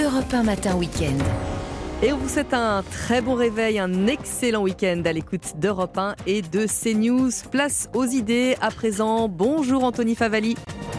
Europe 1 Matin Week-end. Et on vous souhaite un très bon réveil, un excellent week-end à l'écoute d'Europe 1 et de CNews. Place aux idées à présent. Bonjour Anthony Favali.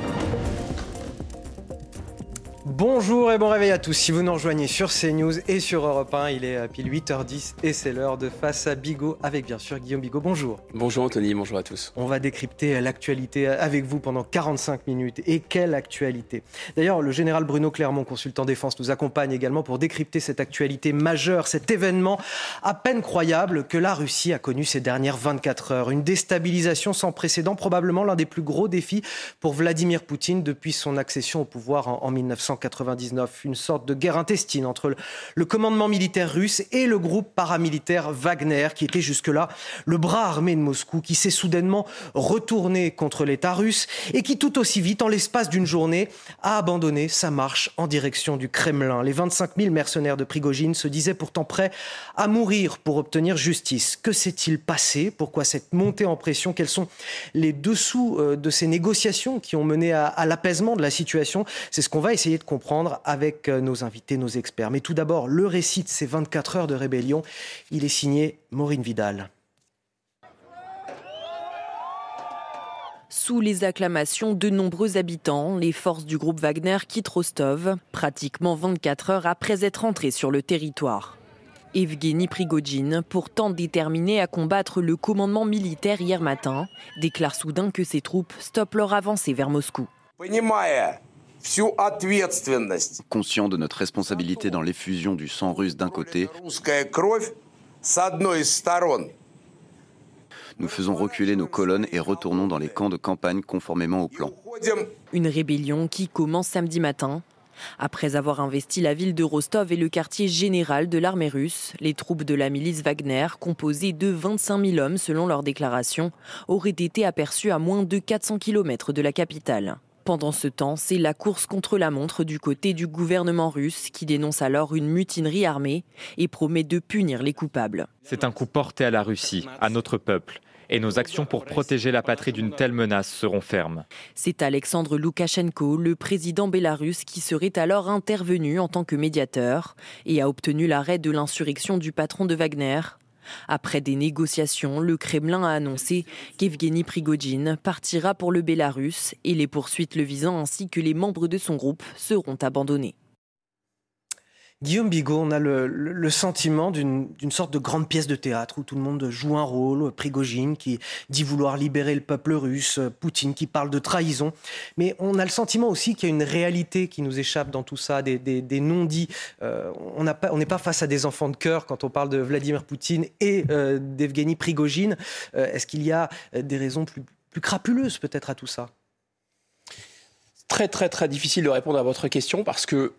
Bonjour et bon réveil à tous. Si vous nous rejoignez sur CNews et sur Europe 1, il est pile 8h10 et c'est l'heure de Face à Bigot avec bien sûr Guillaume Bigot. Bonjour. Bonjour Anthony, bonjour à tous. On va décrypter l'actualité avec vous pendant 45 minutes. Et quelle actualité! D'ailleurs, le général Bruno Clermont, consultant défense, nous accompagne également pour décrypter cette actualité majeure, cet événement à peine croyable que la Russie a connu ces dernières 24 heures. Une déstabilisation sans précédent, probablement l'un des plus gros défis pour Vladimir Poutine depuis son accession au pouvoir en 1999. Une sorte de guerre intestine entre le commandement militaire russe et le groupe paramilitaire Wagner, qui était jusque-là le bras armé de Moscou, qui s'est soudainement retourné contre l'État russe et qui tout aussi vite, en l'espace d'une journée, a abandonné sa marche en direction du Kremlin. Les 25 000 mercenaires de Prigojine se disaient pourtant prêts à mourir pour obtenir justice. Que s'est-il passé? Pourquoi cette montée en pression? Quels sont les dessous de ces négociations qui ont mené à l'apaisement de la situation? C'est ce qu'on va essayer de comprendre avec nos invités, nos experts. Mais tout d'abord, le récit de ces 24 heures de rébellion, il est signé Maureen Vidal. Sous les acclamations de nombreux habitants, les forces du groupe Wagner quittent Rostov, pratiquement 24 heures après être entrées sur le territoire. Evgeny Prigojine, pourtant déterminé à combattre le commandement militaire hier matin, déclare soudain que ses troupes stoppent leur avancée vers Moscou. Conscient de notre responsabilité dans l'effusion du sang russe d'un côté, nous faisons reculer nos colonnes et retournons dans les camps de campagne conformément au plan. Une rébellion qui commence samedi matin. Après avoir investi la ville de Rostov et le quartier général de l'armée russe, les troupes de la milice Wagner, composées de 25 000 hommes selon leur déclaration, auraient été aperçues à moins de 400 km de la capitale. Pendant ce temps, c'est la course contre la montre du côté du gouvernement russe qui dénonce alors une mutinerie armée et promet de punir les coupables. C'est un coup porté à la Russie, à notre peuple. Et nos actions pour protéger la patrie d'une telle menace seront fermes. C'est Alexandre Loukachenko, le président bélarusse, qui serait alors intervenu en tant que médiateur et a obtenu l'arrêt de l'insurrection du patron de Wagner. Après des négociations, le Kremlin a annoncé qu'Evgeny Prigojine partira pour le Bélarus et les poursuites le visant ainsi que les membres de son groupe seront abandonnés. Guillaume Bigot, on a le sentiment d'une sorte de grande pièce de théâtre où tout le monde joue un rôle. Prigojine qui dit vouloir libérer le peuple russe, Poutine qui parle de trahison. Mais on a le sentiment aussi qu'il y a une réalité qui nous échappe dans tout ça, des non-dits. On n'est pas face à des enfants de cœur quand on parle de Vladimir Poutine et d'Evgeny Prigojine. Est-ce qu'il y a des raisons plus crapuleuses peut-être à tout ça? Très très très difficile de répondre à votre question parce que...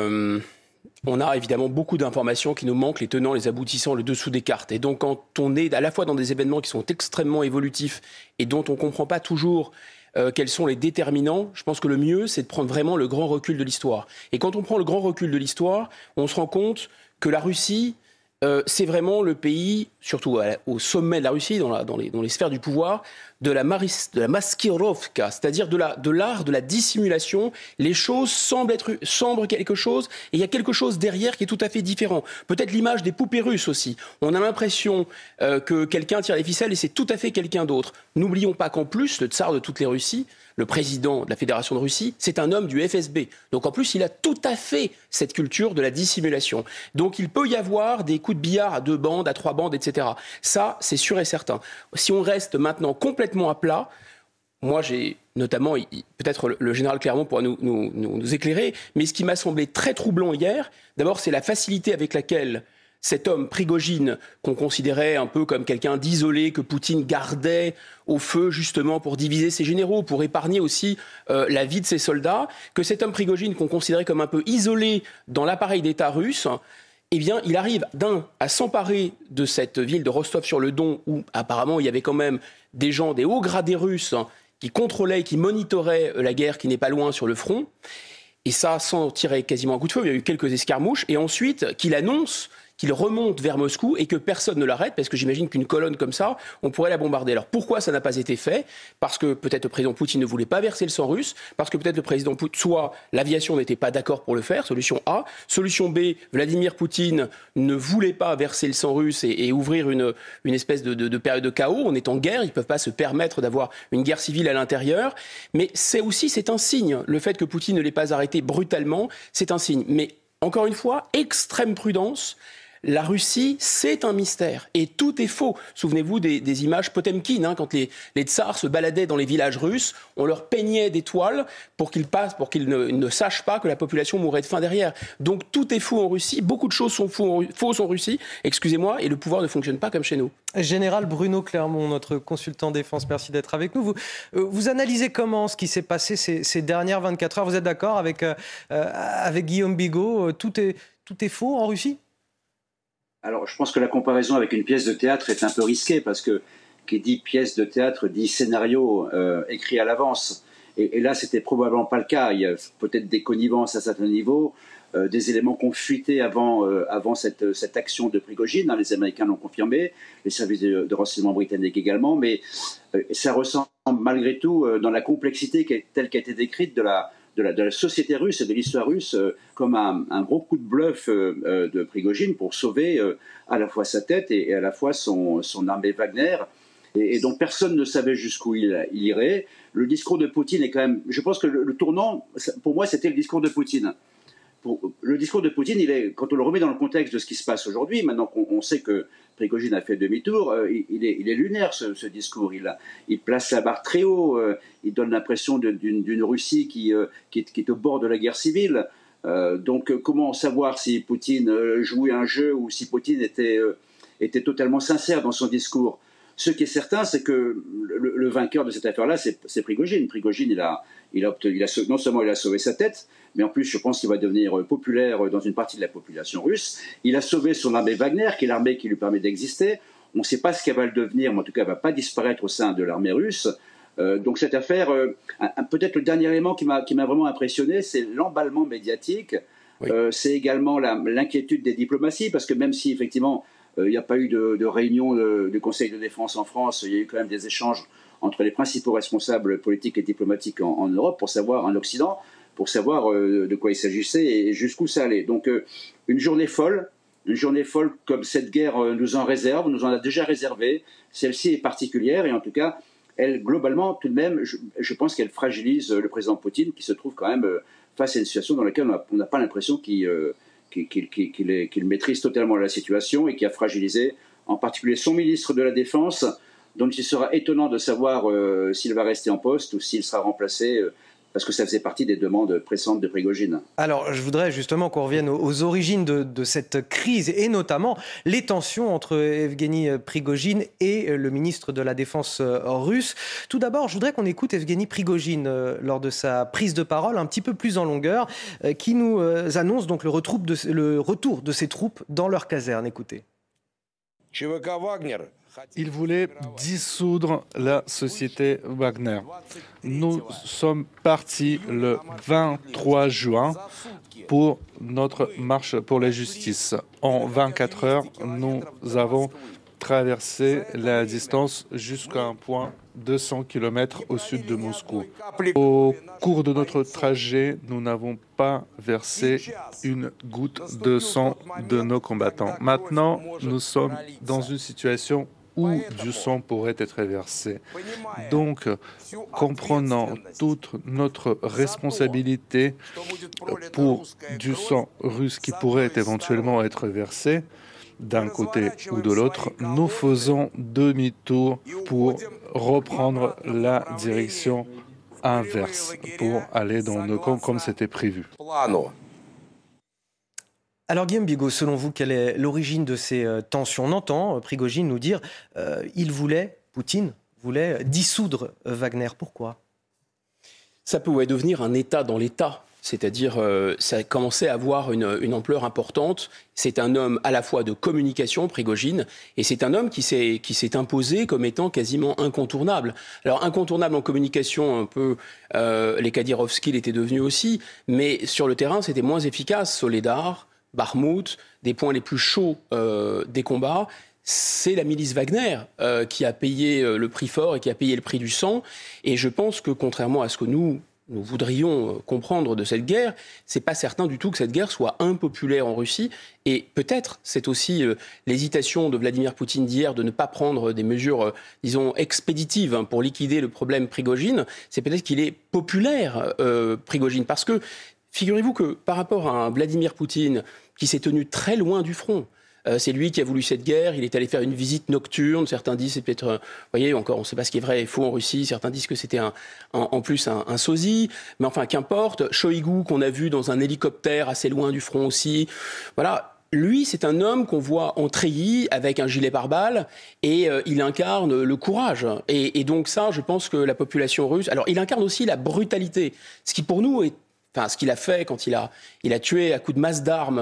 on a évidemment beaucoup d'informations qui nous manquent, les tenants, les aboutissants, le dessous des cartes. Et donc quand on est à la fois dans des événements qui sont extrêmement évolutifs et dont on ne comprend pas toujours quels sont les déterminants, je pense que le mieux, c'est de prendre vraiment le grand recul de l'histoire. Et quand on prend le grand recul de l'histoire, on se rend compte que la Russie, c'est vraiment le pays, surtout au sommet de la Russie, dans les sphères du pouvoir, de la maskirovka, c'est-à-dire de l'art de la dissimulation. Les choses semblent quelque chose, et il y a quelque chose derrière qui est tout à fait différent. Peut-être l'image des poupées russes aussi. On a l'impression que quelqu'un tire les ficelles et c'est tout à fait quelqu'un d'autre. N'oublions pas qu'en plus, le tsar de toutes les Russies, le président de la Fédération de Russie, c'est un homme du FSB. Donc en plus, il a tout à fait cette culture de la dissimulation. Donc il peut y avoir des coups de billard à 2 bandes, à 3 bandes, etc. Ça, c'est sûr et certain. Si on reste maintenant complètement à plat, moi j'ai notamment, peut-être le général Clermont pourra nous éclairer, mais ce qui m'a semblé très troublant hier, d'abord c'est la facilité avec laquelle cet homme Prigojine, qu'on considérait un peu comme quelqu'un d'isolé, que Poutine gardait au feu justement pour diviser ses généraux, pour épargner aussi la vie de ses soldats, que cet homme Prigojine qu'on considérait comme un peu isolé dans l'appareil d'État russe, eh bien, il arrive à s'emparer de cette ville de Rostov-sur-le-Don où apparemment il y avait quand même des gens, des hauts gradés russes qui contrôlaient, qui monitoraient la guerre qui n'est pas loin sur le front. Et ça, sans tirer quasiment un coup de feu, il y a eu quelques escarmouches. Et ensuite, qu'il annonce qu'il remonte vers Moscou et que personne ne l'arrête, parce que j'imagine qu'une colonne comme ça, on pourrait la bombarder. Alors pourquoi ça n'a pas été fait ? Parce que peut-être le président Poutine ne voulait pas verser le sang russe, parce que peut-être le président Poutine, soit l'aviation n'était pas d'accord pour le faire, solution A. Solution B, Vladimir Poutine ne voulait pas verser le sang russe et ouvrir une espèce de période de chaos. On est en guerre, ils ne peuvent pas se permettre d'avoir une guerre civile à l'intérieur. Mais c'est un signe. Le fait que Poutine ne l'ait pas arrêté brutalement, c'est un signe. Mais encore une fois, extrême prudence. La Russie, c'est un mystère. Et tout est faux. Souvenez-vous des images Potemkin, quand les tsars se baladaient dans les villages russes, on leur peignait des toiles pour qu'ils ne sachent pas que la population mourrait de faim derrière. Donc tout est faux en Russie. Beaucoup de choses sont fausses en Russie, excusez-moi, et le pouvoir ne fonctionne pas comme chez nous. Général Bruno Clermont, notre consultant défense, merci d'être avec nous. Vous analysez comment ce qui s'est passé ces dernières 24 heures ? Vous êtes d'accord avec Guillaume Bigot ? Tout est faux en Russie ? Alors, je pense que la comparaison avec une pièce de théâtre est un peu risquée parce que qui dit pièce de théâtre dit scénario écrit à l'avance. Et là, c'était probablement pas le cas. Il y a peut-être des connivences à certains niveaux, des éléments qui ont fuité avant cette action de Prigojine. Les Américains l'ont confirmé, les services de renseignement britanniques également. Mais ça ressemble malgré tout dans la complexité telle qu'a été décrite de la société russe et de l'histoire russe comme un gros coup de bluff de Prigojine pour sauver à la fois sa tête et à la fois son armée Wagner. Et donc personne ne savait jusqu'où il irait. Le discours de Poutine est quand même... Je pense que le tournant, pour moi, c'était le discours de Poutine. Le discours de Poutine, quand on le remet dans le contexte de ce qui se passe aujourd'hui, maintenant qu'on sait que Prigojine a fait demi-tour, il est lunaire ce discours. Il place la barre très haut, il donne l'impression d'une Russie qui est au bord de la guerre civile. Donc comment savoir si Poutine jouait un jeu ou si Poutine était totalement sincère dans son discours ? Ce qui est certain, c'est que le vainqueur de cette affaire-là, c'est Prigojine. Prigojine, non seulement il a sauvé sa tête, mais en plus, je pense qu'il va devenir populaire dans une partie de la population russe. Il a sauvé son armée Wagner, qui est l'armée qui lui permet d'exister. On ne sait pas ce qu'elle va le devenir, mais en tout cas, elle ne va pas disparaître au sein de l'armée russe. Donc cette affaire, peut-être le dernier élément qui m'a vraiment impressionné, c'est l'emballement médiatique. Oui. C'est également l'inquiétude des diplomaties, parce que même si effectivement il n'y a pas eu de réunion du Conseil de défense en France, il y a eu quand même des échanges entre les principaux responsables politiques et diplomatiques en Europe en Occident, pour savoir de quoi il s'agissait et jusqu'où ça allait. Donc une journée folle comme cette guerre nous en a déjà réservé. Celle-ci est particulière et en tout cas, elle, globalement, tout de même, je pense qu'elle fragilise le président Poutine qui se trouve quand même face à une situation dans laquelle on n'a pas l'impression qu'il maîtrise totalement la situation et qui a fragilisé en particulier son ministre de la Défense. Donc il sera étonnant de savoir s'il va rester en poste ou s'il sera remplacé, parce que ça faisait partie des demandes pressantes de Prigojine. Alors je voudrais justement qu'on revienne aux origines de cette crise et notamment les tensions entre Evgeny Prigojine et le ministre de la Défense russe. Tout d'abord, je voudrais qu'on écoute Evgeny Prigojine lors de sa prise de parole un petit peu plus en longueur, qui nous annonce donc le retour de ses troupes dans leur caserne. Écoutez. Il voulait dissoudre la société Wagner. Nous sommes partis le 23 juin pour notre marche pour la justice. En 24 heures, nous avons traversé la distance jusqu'à un point 200 km au sud de Moscou. Au cours de notre trajet, nous n'avons pas versé une goutte de sang de nos combattants. Maintenant, nous sommes dans une situation où du sang pourrait être versé. Donc, comprenant toute notre responsabilité pour du sang russe qui pourrait éventuellement être versé, d'un côté ou de l'autre, nous faisons demi-tour pour reprendre la direction inverse, pour aller dans nos camps comme c'était prévu. Alors Guillaume Bigot, selon vous, quelle est l'origine de ces tensions ? On entend Prigojine nous dire Poutine voulait dissoudre Wagner. Pourquoi ? Ça pouvait devenir un État dans l'État. C'est-à-dire, ça a commencé à avoir une ampleur importante. C'est un homme à la fois de communication, Prigojine, et c'est un homme qui s'est imposé comme étant quasiment incontournable. Alors, incontournable en communication, un peu, les Kadyrovski l'étaient devenus aussi, mais sur le terrain, c'était moins efficace. Soledar, Bakhmout, des points les plus chauds des combats, c'est la milice Wagner qui a payé le prix fort et qui a payé le prix du sang. Et je pense que contrairement à ce que nous voudrions comprendre de cette guerre, c'est pas certain du tout que cette guerre soit impopulaire en Russie. Et peut-être, c'est aussi l'hésitation de Vladimir Poutine d'hier de ne pas prendre des mesures, disons, expéditives pour liquider le problème Prigojine. C'est peut-être qu'il est populaire, Prigojine. Parce que, figurez-vous que par rapport à un Vladimir Poutine qui s'est tenu très loin du front, c'est lui qui a voulu cette guerre, il est allé faire une visite nocturne, certains disent c'est peut-être, vous voyez, encore on ne sait pas ce qui est vrai et faux en Russie, certains disent que c'était en plus un sosie, mais enfin qu'importe, Shoigu qu'on a vu dans un hélicoptère assez loin du front aussi, voilà. Lui, c'est un homme qu'on voit en treillis avec un gilet pare-balles et il incarne le courage. Et donc ça, je pense que la population russe... Alors, il incarne aussi la brutalité, ce qui pour nous est... Enfin, ce qu'il a fait quand il a tué à coups de masse d'armes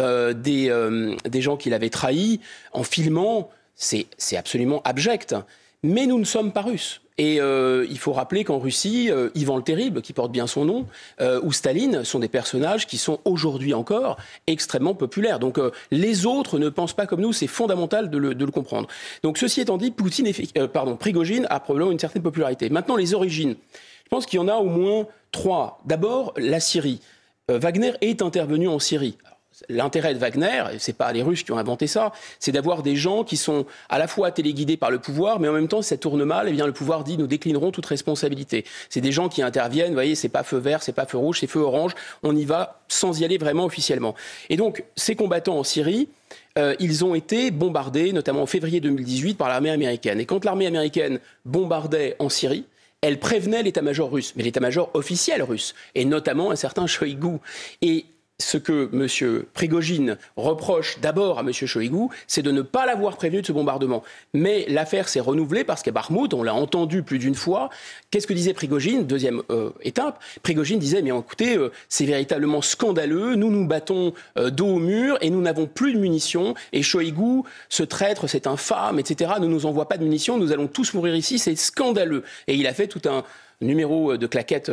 des gens qu'il avait trahis en filmant, c'est absolument abject. Mais nous ne sommes pas russes. Et il faut rappeler qu'en Russie, Ivan le Terrible, qui porte bien son nom, ou Staline sont des personnages qui sont aujourd'hui encore extrêmement populaires. Donc les autres ne pensent pas comme nous, c'est fondamental de le comprendre. Donc ceci étant dit, Prigojine a probablement une certaine popularité. Maintenant, les origines. Je pense qu'il y en a au moins 3. D'abord, la Syrie. Wagner est intervenu en Syrie. L'intérêt de Wagner, et ce n'est pas les Russes qui ont inventé ça, c'est d'avoir des gens qui sont à la fois téléguidés par le pouvoir, mais en même temps, si ça tourne mal, eh bien, le pouvoir dit nous déclinerons toute responsabilité. C'est des gens qui interviennent, vous voyez, c'est pas feu vert, c'est pas feu rouge, c'est feu orange, on y va sans y aller vraiment officiellement. Et donc, ces combattants en Syrie, ils ont été bombardés, notamment en février 2018, par l'armée américaine. Et quand l'armée américaine bombardait en Syrie, elle prévenait l'état-major russe, mais l'état-major officiel russe, et notamment un certain Shoigu. Et ce que M. Prigojine reproche d'abord à M. Shoigu, c'est de ne pas l'avoir prévenu de ce bombardement. Mais l'affaire s'est renouvelée parce qu'à Bakhmout, on l'a entendu plus d'une fois. Qu'est-ce que disait Prigojine ? Deuxième étape, Prigojine disait, mais écoutez, c'est véritablement scandaleux, nous nous battons dos au mur et nous n'avons plus de munitions. Et Shoigu, ce traître, c'est infâme, etc., ne nous envoie pas de munitions, nous allons tous mourir ici, c'est scandaleux. Et il a fait tout un numéro de claquettes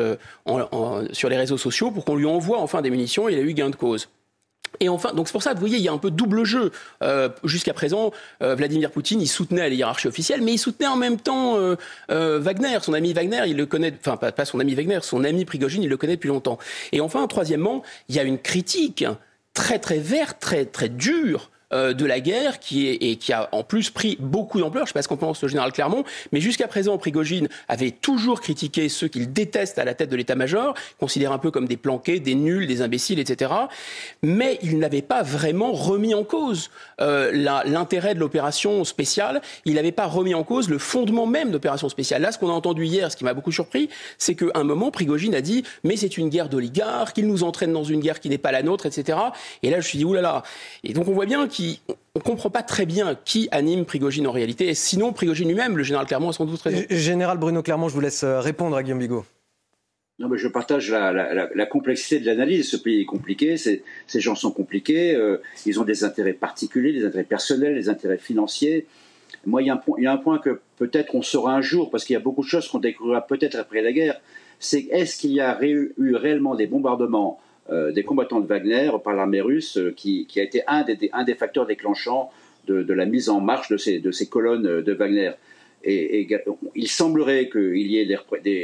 sur les réseaux sociaux pour qu'on lui envoie enfin des munitions, et il a eu gain de cause. Et enfin, donc c'est pour ça, vous voyez, il y a un peu double jeu. Jusqu'à présent, Vladimir Poutine, il soutenait la hiérarchie officielle, mais il soutenait en même temps Wagner, son ami Wagner, il le connaît, enfin pas son ami Wagner, son ami Prigojine, il le connaît depuis longtemps. Et enfin, troisièmement, il y a une critique très très verte, très très dure de la guerre qui a en plus pris beaucoup d'ampleur. Je ne sais pas ce qu'en pense le général Clermont, mais jusqu'à présent, Prigojine avait toujours critiqué ceux qu'il déteste à la tête de l'état-major, considère un peu comme des planqués, des nuls, des imbéciles, etc. Mais il n'avait pas vraiment remis en cause l'intérêt de l'opération spéciale. Il n'avait pas remis en cause le fondement même de l'opération spéciale. Là, ce qu'on a entendu hier, ce qui m'a beaucoup surpris, c'est qu'à un moment, Prigojine a dit « mais c'est une guerre d'oligarques, qu'il nous entraîne dans une guerre qui n'est pas la nôtre, etc. » Et là, je me suis dit « oulala ». Et donc, on voit bien qu'on ne comprend pas très bien qui anime Prigojine en réalité. Et sinon, Prigojine lui-même, le général Clermont a sans doute raison. Général Bruno Clermont, je vous laisse répondre à Guillaume Bigot. Non, mais je partage la complexité de l'analyse. Ce pays est compliqué, ces gens sont compliqués, ils ont des intérêts particuliers, des intérêts personnels, des intérêts financiers. Moi, il y a un point que peut-être on saura un jour, parce qu'il y a beaucoup de choses qu'on découvrira peut-être après la guerre, c'est est-ce qu'il y a eu réellement des bombardements des combattants de Wagner par l'armée russe, qui a été un des facteurs déclenchants de la mise en marche de ces colonnes de Wagner. Et il semblerait qu'il y ait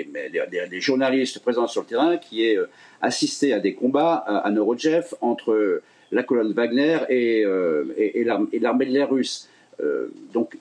des journalistes présents sur le terrain qui aient assisté à des combats à Norodjev entre la colonne Wagner et l'armée de l'air russe. Donc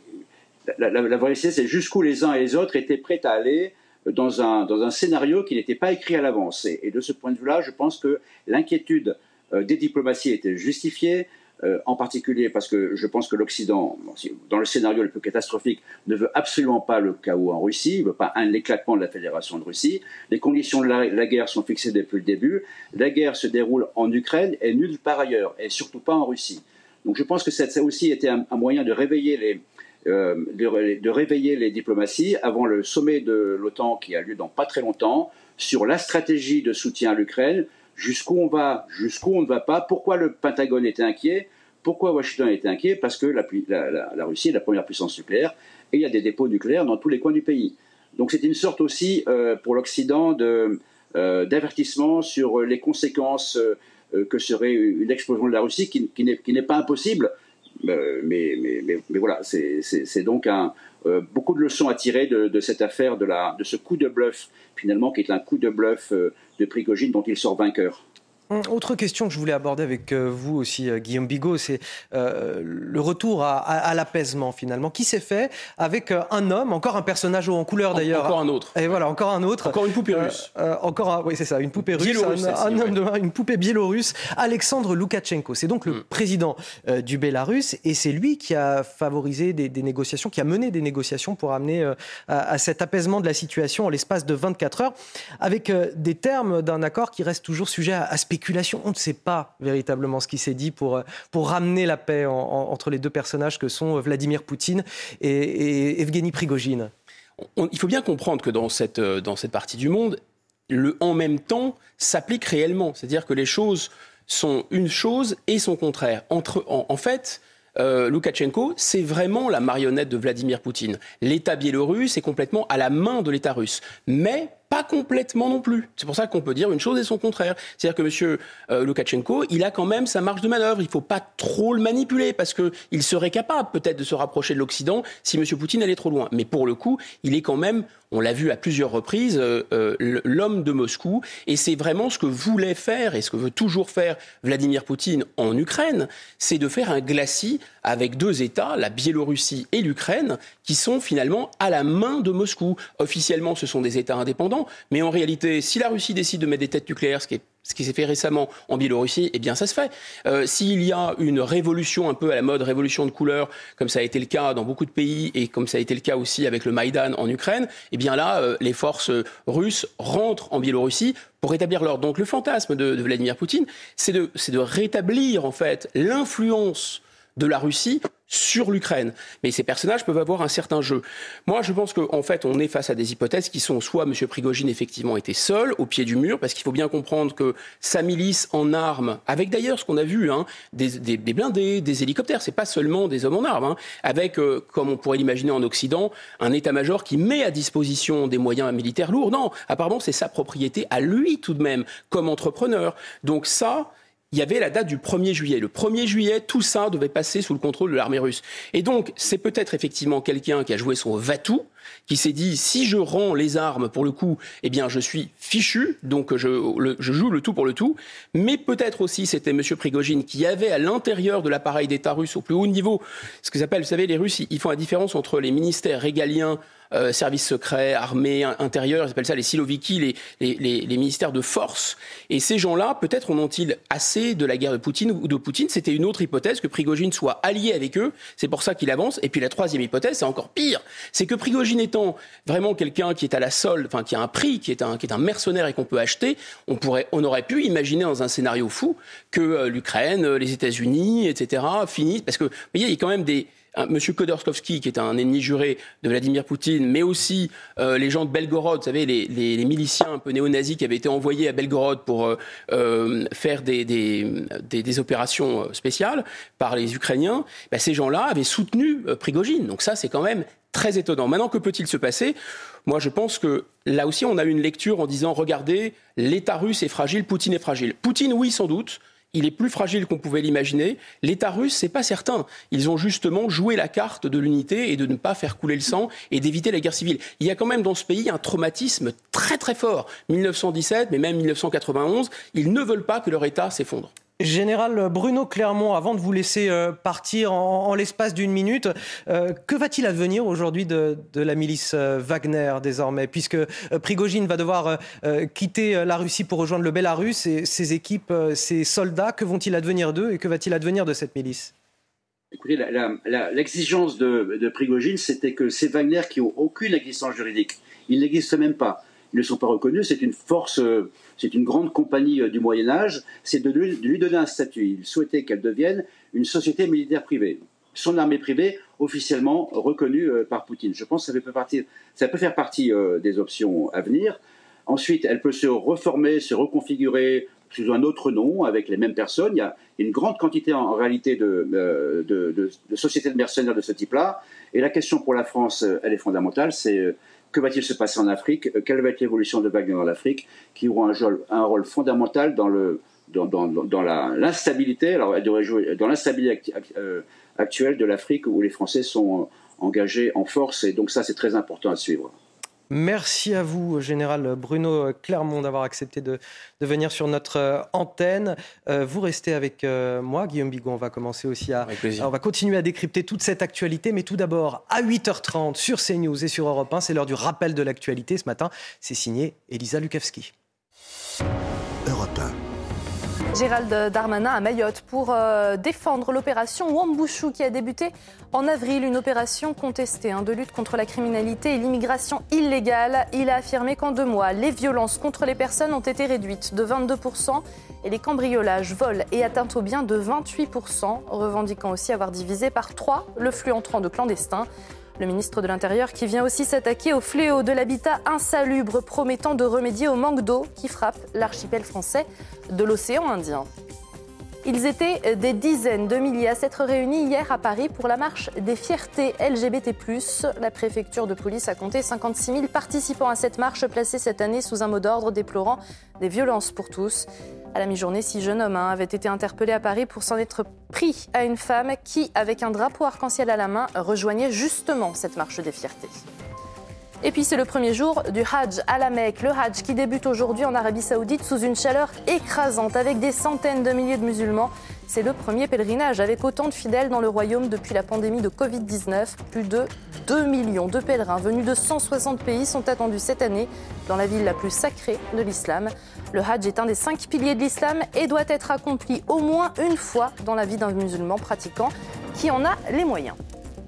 la vérité, c'est jusqu'où les uns et les autres étaient prêts à aller dans un scénario qui n'était pas écrit à l'avance. Et de ce point de vue-là, je pense que l'inquiétude des diplomaties était justifiée, en particulier parce que je pense que l'Occident, dans le scénario le plus catastrophique, ne veut absolument pas le chaos en Russie, ne veut pas l'éclatement de la Fédération de Russie. Les conditions de la guerre sont fixées depuis le début. La guerre se déroule en Ukraine et nulle part ailleurs, et surtout pas en Russie. Donc je pense que ça a aussi été un moyen de réveiller les diplomaties avant le sommet de l'OTAN qui a lieu dans pas très longtemps, sur la stratégie de soutien à l'Ukraine, jusqu'où on va, jusqu'où on ne va pas, pourquoi le Pentagone était inquiet, pourquoi Washington était inquiet, parce que la Russie est la première puissance nucléaire et il y a des dépôts nucléaires dans tous les coins du pays. Donc c'est une sorte aussi pour l'Occident d'avertissement sur les conséquences que serait une explosion de la Russie qui n'est pas impossible. Mais voilà, c'est donc beaucoup de leçons à tirer de cette affaire, de ce coup de bluff, finalement, qui est un coup de bluff de Prigojine dont il sort vainqueur. Autre question que je voulais aborder avec vous aussi, Guillaume Bigot, c'est le retour à l'apaisement finalement, qui s'est fait avec un homme, encore un personnage haut en couleur d'ailleurs. Encore un autre. Et voilà, encore un autre. Encore une poupée russe. Oui, c'est ça, une poupée russe, une poupée biélorusse, Alexandre Loukachenko. C'est donc le président du Bélarus et c'est lui qui a favorisé des négociations, qui a mené des négociations pour amener à cet apaisement de la situation en l'espace de 24 heures, avec des termes d'un accord qui reste toujours sujet à spéculation. On ne sait pas véritablement ce qui s'est dit pour ramener la paix entre les deux personnages que sont Vladimir Poutine et Evgeny Prigojine. Il faut bien comprendre que dans cette partie du monde, le « en même temps » s'applique réellement. C'est-à-dire que les choses sont une chose et son contraire. En fait, Loukachenko, c'est vraiment la marionnette de Vladimir Poutine. L'État biélorusse est complètement à la main de l'État russe. Mais pas complètement non plus. C'est pour ça qu'on peut dire une chose et son contraire. C'est-à-dire que M. Loukachenko, il a quand même sa marge de manœuvre. Il ne faut pas trop le manipuler parce qu'il serait capable peut-être de se rapprocher de l'Occident si M. Poutine allait trop loin. Mais pour le coup, il est quand même, on l'a vu à plusieurs reprises, l'homme de Moscou. Et c'est vraiment ce que voulait faire et ce que veut toujours faire Vladimir Poutine en Ukraine, c'est de faire un glacis avec deux États, la Biélorussie et l'Ukraine, qui sont finalement à la main de Moscou. Officiellement, ce sont des États indépendants. Mais en réalité, si la Russie décide de mettre des têtes nucléaires, ce qui s'est fait récemment en Biélorussie, eh bien ça se fait. S'il y a une révolution un peu à la mode, révolution de couleur, comme ça a été le cas dans beaucoup de pays et comme ça a été le cas aussi avec le Maïdan en Ukraine, eh bien là, les forces russes rentrent en Biélorussie pour rétablir l'ordre. Donc le fantasme de Vladimir Poutine, c'est de rétablir en fait l'influence de la Russie sur l'Ukraine. Mais ces personnages peuvent avoir un certain jeu. Moi, je pense qu'en fait, on est face à des hypothèses qui sont soit M. Prigojine, effectivement, était seul, au pied du mur, parce qu'il faut bien comprendre que sa milice en armes, avec d'ailleurs ce qu'on a vu, des blindés, des hélicoptères, c'est pas seulement des hommes en armes, avec, comme on pourrait l'imaginer en Occident, un état-major qui met à disposition des moyens militaires lourds. Non, apparemment, c'est sa propriété à lui, tout de même, comme entrepreneur. Donc ça, il y avait la date du 1er juillet. Le 1er juillet, tout ça devait passer sous le contrôle de l'armée russe. Et donc, c'est peut-être effectivement quelqu'un qui a joué son va-tout, qui s'est dit, si je rends les armes pour le coup, eh bien, je suis fichu, donc je joue le tout pour le tout. Mais peut-être aussi, c'était M. Prigojine qui avait à l'intérieur de l'appareil d'État russe au plus haut niveau, ce qu'ils appellent, vous savez, les Russes, ils font la différence entre les ministères régaliens, services secrets, armée, intérieur, ils appellent ça les siloviki, les ministères de force. Et ces gens-là, peut-être en ont-ils assez de la guerre de Poutine ou de Poutine. C'était une autre hypothèse, que Prigojine soit allié avec eux. C'est pour ça qu'il avance. Et puis la troisième hypothèse, c'est encore pire. C'est que Prigojine étant vraiment quelqu'un qui est à la solde, enfin qui a un prix, qui est un mercenaire et qu'on peut acheter, on aurait pu imaginer dans un scénario fou que l'Ukraine, les États-Unis, etc. finissent. Parce que, vous voyez, il y a quand même M. Khodorkovsky, qui est un ennemi juré de Vladimir Poutine, mais aussi les gens de Belgorod, vous savez, les miliciens un peu néo-nazis qui avaient été envoyés à Belgorod pour faire des opérations spéciales par les Ukrainiens, ces gens-là avaient soutenu Prigojine. Donc ça, c'est quand même très étonnant. Maintenant, que peut-il se passer ? Moi, je pense que là aussi, on a une lecture en disant, regardez, l'État russe est fragile, Poutine est fragile. Poutine, oui, sans doute. Il est plus fragile qu'on pouvait l'imaginer. L'État russe, c'est pas certain. Ils ont justement joué la carte de l'unité et de ne pas faire couler le sang et d'éviter la guerre civile. Il y a quand même dans ce pays un traumatisme très très fort. 1917, mais même 1991, ils ne veulent pas que leur État s'effondre. Général Bruno Clermont, avant de vous laisser partir en l'espace d'une minute, que va-t-il advenir aujourd'hui de la milice Wagner désormais, puisque Prigojine va devoir quitter la Russie pour rejoindre le Bélarus et ses équipes, ses soldats, que vont-ils advenir d'eux et que va-t-il advenir de cette milice ? Écoutez, l'exigence de Prigojine, c'était que ces Wagner qui n'ont aucune existence juridique, ils n'existent même pas. Ils ne sont pas reconnus, c'est une force, c'est une grande compagnie du Moyen-Âge, c'est de lui donner un statut. Il souhaitait qu'elle devienne une société militaire privée. Son armée privée, officiellement reconnue par Poutine. Je pense que ça peut faire partie des options à venir. Ensuite, elle peut se reformer, se reconfigurer sous un autre nom, avec les mêmes personnes. Il y a une grande quantité en réalité de sociétés de mercenaires de ce type-là. Et la question pour la France, elle est fondamentale, c'est que va-t-il se passer en Afrique ? Quelle va être l'évolution de Wagner en Afrique, qui auront un rôle fondamental dans dans l'instabilité. Alors, elle devrait jouer dans l'instabilité actuelle de l'Afrique où les Français sont engagés en force. Et donc ça, c'est très important à suivre. Merci à vous, Général Bruno Clermont, d'avoir accepté de venir sur notre antenne. Vous restez avec moi, Guillaume Bigot. On va commencer aussi on va continuer à décrypter toute cette actualité. Mais tout d'abord, à 8h30 sur CNews et sur Europe 1, c'est l'heure du rappel de l'actualité. Ce matin, c'est signé Elisa Lukavski. Europe 1. Gérald Darmanin à Mayotte pour défendre l'opération Wambushu qui a débuté en avril, une opération contestée de lutte contre la criminalité et l'immigration illégale. Il a affirmé qu'en 2 mois, les violences contre les personnes ont été réduites de 22% et les cambriolages, vols et atteintes aux biens de 28%, revendiquant aussi avoir divisé par 3 le flux entrant de clandestins. Le ministre de l'Intérieur qui vient aussi s'attaquer au fléau de l'habitat insalubre, promettant de remédier au manque d'eau qui frappe l'archipel français de l'océan Indien. Ils étaient des dizaines de milliers à s'être réunis hier à Paris pour la marche des fiertés LGBT+. La préfecture de police a compté 56 000 participants à cette marche placée cette année sous un mot d'ordre déplorant des violences pour tous. À la mi-journée, 6 jeunes hommes avaient été interpellés à Paris pour s'en être pris à une femme qui, avec un drapeau arc-en-ciel à la main, rejoignait justement cette marche des fiertés. Et puis c'est le premier jour du Hajj à la Mecque. Le Hajj qui débute aujourd'hui en Arabie Saoudite sous une chaleur écrasante avec des centaines de milliers de musulmans. C'est le premier pèlerinage avec autant de fidèles dans le royaume depuis la pandémie de Covid-19. Plus de 2 millions de pèlerins venus de 160 pays sont attendus cette année dans la ville la plus sacrée de l'islam. Le Hajj est un des 5 piliers de l'islam et doit être accompli au moins une fois dans la vie d'un musulman pratiquant qui en a les moyens.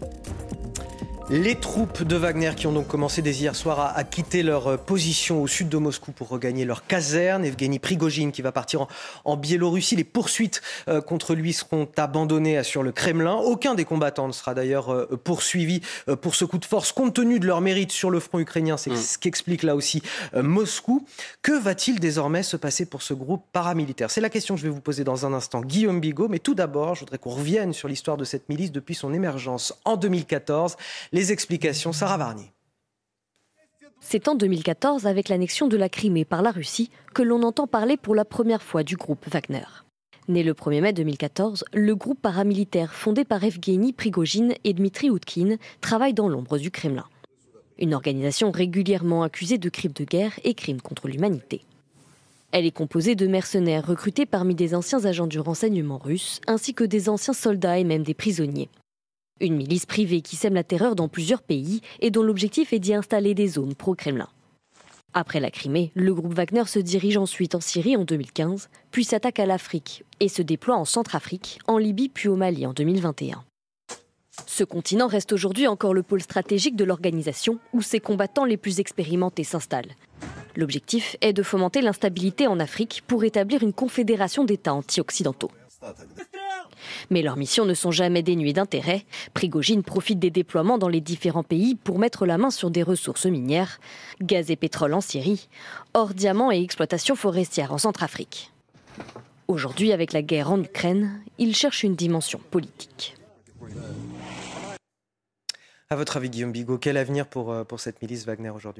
Les troupes de Wagner qui ont donc commencé dès hier soir à quitter leur position au sud de Moscou pour regagner leur caserne. Evgeny Prigojine qui va partir en Biélorussie. Les poursuites contre lui seront abandonnées sur le Kremlin. Aucun des combattants ne sera d'ailleurs poursuivi pour ce coup de force compte tenu de leur mérite sur le front ukrainien. C'est ce qu'explique là aussi Moscou. Que va-t-il désormais se passer pour ce groupe paramilitaire ? C'est la question que je vais vous poser dans un instant, Guillaume Bigot. Mais tout d'abord, je voudrais qu'on revienne sur l'histoire de cette milice depuis son émergence en 2014. Les explications, Sarah Varnier. C'est en 2014, avec l'annexion de la Crimée par la Russie, que l'on entend parler pour la première fois du groupe Wagner. Né le 1er mai 2014, le groupe paramilitaire fondé par Evgeny Prigojine et Dmitri Utkin travaille dans l'ombre du Kremlin. Une organisation régulièrement accusée de crimes de guerre et crimes contre l'humanité. Elle est composée de mercenaires recrutés parmi des anciens agents du renseignement russe, ainsi que des anciens soldats et même des prisonniers. Une milice privée qui sème la terreur dans plusieurs pays et dont l'objectif est d'y installer des zones pro-Kremlin. Après la Crimée, le groupe Wagner se dirige ensuite en Syrie en 2015, puis s'attaque à l'Afrique et se déploie en Centrafrique, en Libye puis au Mali en 2021. Ce continent reste aujourd'hui encore le pôle stratégique de l'organisation où ses combattants les plus expérimentés s'installent. L'objectif est de fomenter l'instabilité en Afrique pour établir une confédération d'États anti-occidentaux. Mais leurs missions ne sont jamais dénuées d'intérêt. Prigojine profite des déploiements dans les différents pays pour mettre la main sur des ressources minières, gaz et pétrole en Syrie, or diamants et exploitation forestière en Centrafrique. Aujourd'hui, avec la guerre en Ukraine, il cherche une dimension politique. À votre avis, Guillaume Bigot, quel avenir pour cette milice Wagner aujourd'hui ?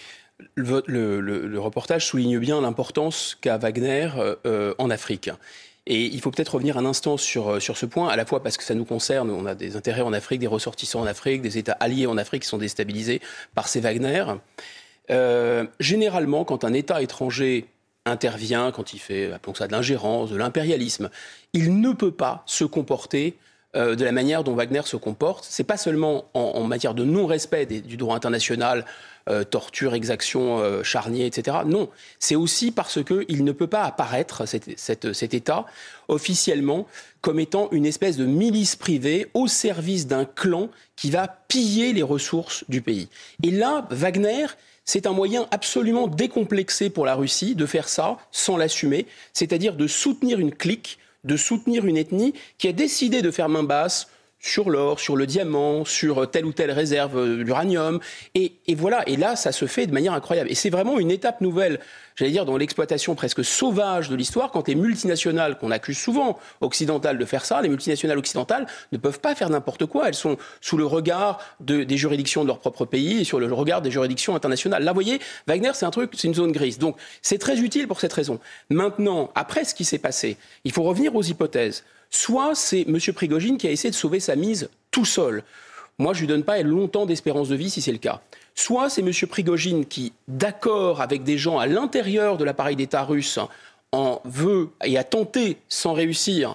Le reportage souligne bien l'importance qu'a Wagner en Afrique. Et il faut peut-être revenir un instant sur ce point, à la fois parce que ça nous concerne, on a des intérêts en Afrique, des ressortissants en Afrique, des États alliés en Afrique qui sont déstabilisés par ces Wagner. Généralement, quand un État étranger intervient, quand il fait, appelons ça de l'ingérence, de l'impérialisme, il ne peut pas se comporter de la manière dont Wagner se comporte. C'est pas seulement en matière de non-respect du droit international, torture, exaction, charnier, etc. Non, c'est aussi parce qu'il ne peut pas apparaître, cet État, officiellement, comme étant une espèce de milice privée au service d'un clan qui va piller les ressources du pays. Et là, Wagner, c'est un moyen absolument décomplexé pour la Russie de faire ça sans l'assumer, c'est-à-dire de soutenir une clique, de soutenir une ethnie qui a décidé de faire main basse sur l'or, sur le diamant, sur telle ou telle réserve d'uranium. Et voilà, et là, ça se fait de manière incroyable. Et c'est vraiment une étape nouvelle, j'allais dire, dans l'exploitation presque sauvage de l'histoire, quand les multinationales, qu'on accuse souvent occidentales de faire ça, les multinationales occidentales ne peuvent pas faire n'importe quoi. Elles sont sous le regard des juridictions de leur propre pays et sur le regard des juridictions internationales. Là, vous voyez, Wagner, c'est une zone grise. Donc, c'est très utile pour cette raison. Maintenant, après ce qui s'est passé, il faut revenir aux hypothèses. Soit c'est M. Prigojine qui a essayé de sauver sa mise tout seul. Moi, je ne lui donne pas longtemps d'espérance de vie si c'est le cas. Soit c'est M. Prigojine qui, d'accord avec des gens à l'intérieur de l'appareil d'État russe, en veut et a tenté, sans réussir,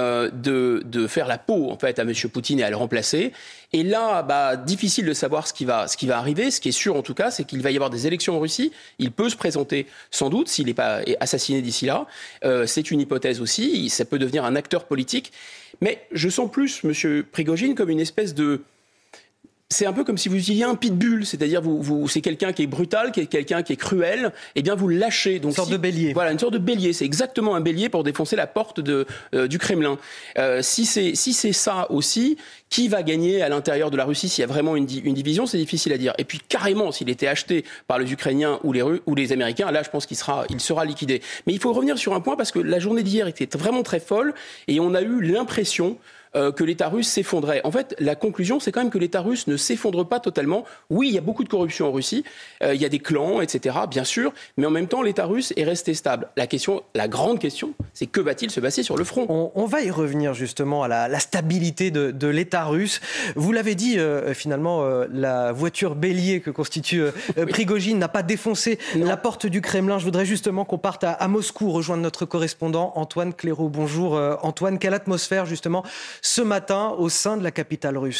de faire la peau en fait à M. Poutine et à le remplacer. Et là, difficile de savoir ce qui va arriver. Ce qui est sûr en tout cas, c'est qu'il va y avoir des élections en Russie. Il peut se présenter sans doute s'il n'est pas assassiné d'ici là. C'est une hypothèse aussi. Ça peut devenir un acteur politique. Mais je sens plus M. Prigojine comme une espèce de... C'est un peu comme si vous utilisiez un pitbull, c'est-à-dire c'est quelqu'un qui est brutal, quelqu'un qui est cruel, et bien vous le lâchez. Donc, une sorte de bélier. Voilà, une sorte de bélier. C'est exactement un bélier pour défoncer la porte du Kremlin. Si c'est ça aussi, qui va gagner à l'intérieur de la Russie s'il y a vraiment une division, c'est difficile à dire. Et puis carrément, s'il était acheté par les Ukrainiens ou les Américains, là je pense qu'il sera liquidé. Mais il faut revenir sur un point parce que la journée d'hier était vraiment très folle et on a eu l'impression que l'État russe s'effondrait. En fait, la conclusion, c'est quand même que l'État russe ne s'effondre pas totalement. Oui, il y a beaucoup de corruption en Russie, il y a des clans, etc., bien sûr, mais en même temps, l'État russe est resté stable. La grande question, c'est que va-t-il se passer sur le front ? On va y revenir justement à la stabilité de l'État russe. Vous l'avez dit, finalement, la voiture bélier que constitue Prigojine n'a pas défoncé la porte du Kremlin. Je voudrais justement qu'on parte à Moscou, rejoindre notre correspondant Antoine Clairaut. Bonjour Antoine, quelle atmosphère justement ce matin au sein de la capitale russe ?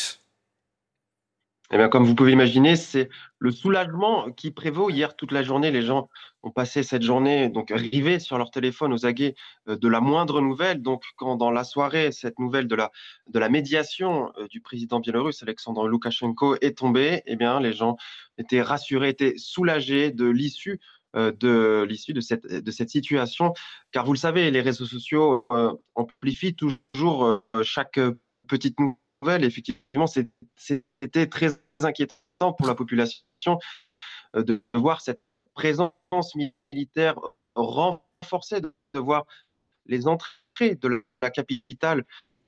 Eh bien, comme vous pouvez imaginer, c'est le soulagement qui prévaut. Hier, toute la journée, les gens ont passé cette journée donc rivés sur leur téléphone aux aguets de la moindre nouvelle. Donc, quand dans la soirée, cette nouvelle de la médiation du président biélorusse, Alexandre Loukachenko, est tombée, eh bien, les gens étaient rassurés, étaient soulagés de l'issue de cette situation. Car vous le savez, les réseaux sociaux amplifient toujours chaque petite nouvelle. Effectivement, c'était très inquiétant pour la population de voir cette présence militaire renforcée, de voir les entrées de la capitale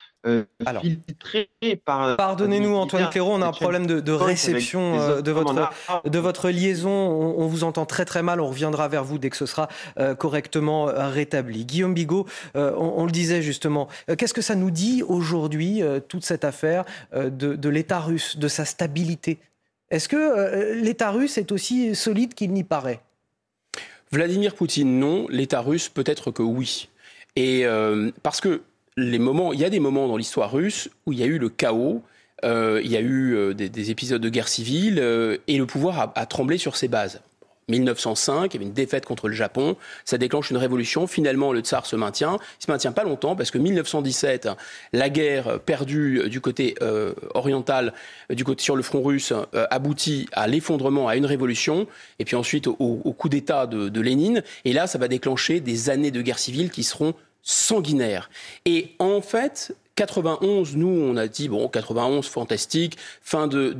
filtrées par... Pardonnez-nous Antoine Clairaut, on a un problème de réception de votre liaison. On vous entend très très mal, on reviendra vers vous dès que ce sera correctement rétabli. Guillaume Bigot, on le disait justement, qu'est-ce que ça nous dit aujourd'hui, toute cette affaire de l'État russe, de sa stabilité ? Est-ce que l'État russe est aussi solide qu'il n'y paraît ? Vladimir Poutine, non. L'État russe, peut-être que oui. Et parce que il y a des moments dans l'histoire russe où il y a eu le chaos, il y a eu des épisodes de guerre civile et le pouvoir a tremblé sur ses bases. 1905, il y avait une défaite contre le Japon, ça déclenche une révolution, finalement le tsar se maintient, il se maintient pas longtemps parce que 1917, la guerre perdue du côté oriental, sur le front russe, aboutit à l'effondrement, à une révolution, et puis ensuite au coup d'État de Lénine, et là ça va déclencher des années de guerre civile qui seront sanguinaires. Et en fait, 91, nous on a dit, 91, fantastique, fin de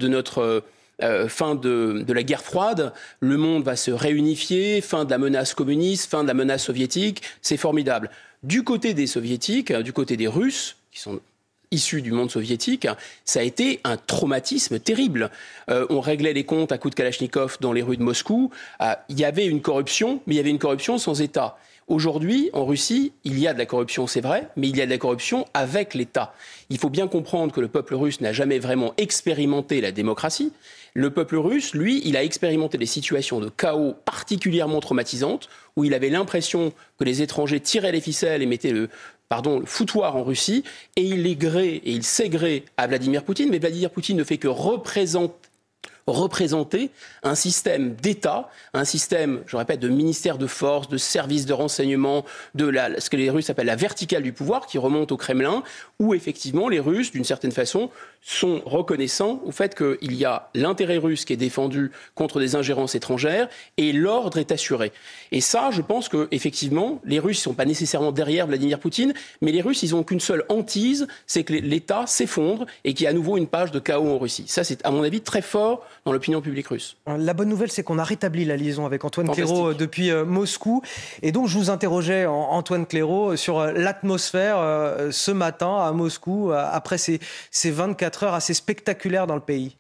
la guerre froide, le monde va se réunifier, fin de la menace communiste, fin de la menace soviétique, c'est formidable. Du côté des soviétiques, du côté des Russes, qui sont issus du monde soviétique, ça a été un traumatisme terrible. On réglait les comptes à coups de Kalachnikov dans les rues de Moscou. Il y avait une corruption, mais il y avait une corruption sans État. Aujourd'hui, en Russie, il y a de la corruption, c'est vrai, mais il y a de la corruption avec l'État. Il faut bien comprendre que le peuple russe n'a jamais vraiment expérimenté la démocratie. Le peuple russe, lui, il a expérimenté des situations de chaos particulièrement traumatisantes, où il avait l'impression que les étrangers tiraient les ficelles et mettaient le foutoir en Russie, et il les grée et il sait gré à Vladimir Poutine, mais Vladimir Poutine ne fait que représenter un système d'État, un système, je répète, de ministère de force, de services de renseignement, ce que les Russes appellent la verticale du pouvoir, qui remonte au Kremlin, où effectivement les Russes, d'une certaine façon, sont reconnaissants au fait qu'il y a l'intérêt russe qui est défendu contre des ingérences étrangères et l'ordre est assuré. Et ça, je pense qu'effectivement, les Russes ne sont pas nécessairement derrière Vladimir Poutine, mais les Russes, ils n'ont qu'une seule hantise, c'est que l'État s'effondre et qu'il y a à nouveau une page de chaos en Russie. Ça, c'est à mon avis très fort dans l'opinion publique russe. La bonne nouvelle, c'est qu'on a rétabli la liaison avec Antoine Clairaut depuis Moscou. Et donc, je vous interrogeais, Antoine Clairaut, sur l'atmosphère ce matin à Moscou, après ces 24 heures assez spectaculaires dans le pays.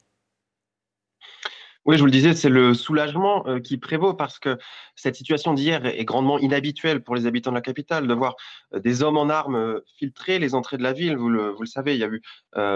Oui, je vous le disais, c'est le soulagement qui prévaut parce que cette situation d'hier est grandement inhabituelle pour les habitants de la capitale, de voir des hommes en armes filtrer les entrées de la ville. Vous le savez, il y a eu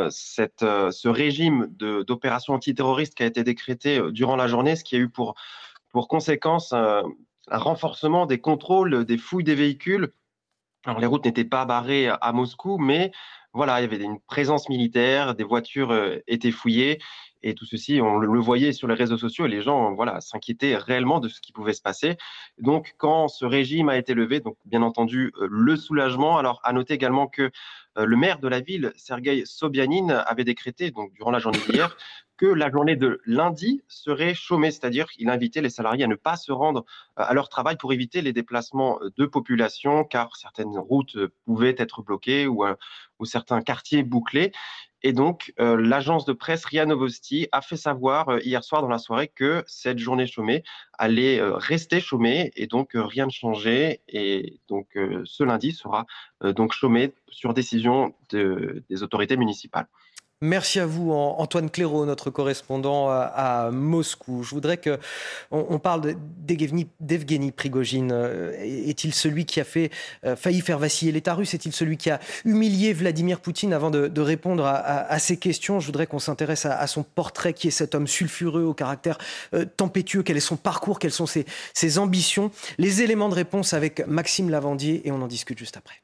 ce régime d'opération antiterroriste qui a été décrété durant la journée, ce qui a eu pour conséquence un renforcement des contrôles, des fouilles des véhicules. Alors, les routes n'étaient pas barrées à Moscou, mais voilà, il y avait une présence militaire, des voitures étaient fouillées. Et tout ceci, on le voyait sur les réseaux sociaux et les gens s'inquiétaient réellement de ce qui pouvait se passer. Donc, quand ce régime a été levé, donc bien entendu, le soulagement. Alors, à noter également que le maire de la ville, Sergueï Sobyanin, avait décrété, donc durant la journée d'hier, que la journée de lundi serait chômée, c'est-à-dire qu'il invitait les salariés à ne pas se rendre à leur travail pour éviter les déplacements de population, car certaines routes pouvaient être bloquées ou certains quartiers bouclés. Et donc, l'agence de presse RIA Novosti a fait savoir hier soir dans la soirée que cette journée chômée allait rester chômée et donc rien ne changeait. Et donc, ce lundi sera donc chômé sur décision des autorités municipales. Merci à vous, Antoine Clairaut, notre correspondant à Moscou. Je voudrais qu'on parle d'Evgeny Prigojine. Est-il celui qui a failli faire vaciller l'État russe? Est-il celui qui a humilié Vladimir Poutine? Avant de répondre à ces questions, je voudrais qu'on s'intéresse à son portrait. Qui est cet homme sulfureux, au caractère tempétueux? Quel est son parcours? Quelles sont ses ambitions? Les éléments de réponse avec Maxime Lavandier, et on en discute juste après.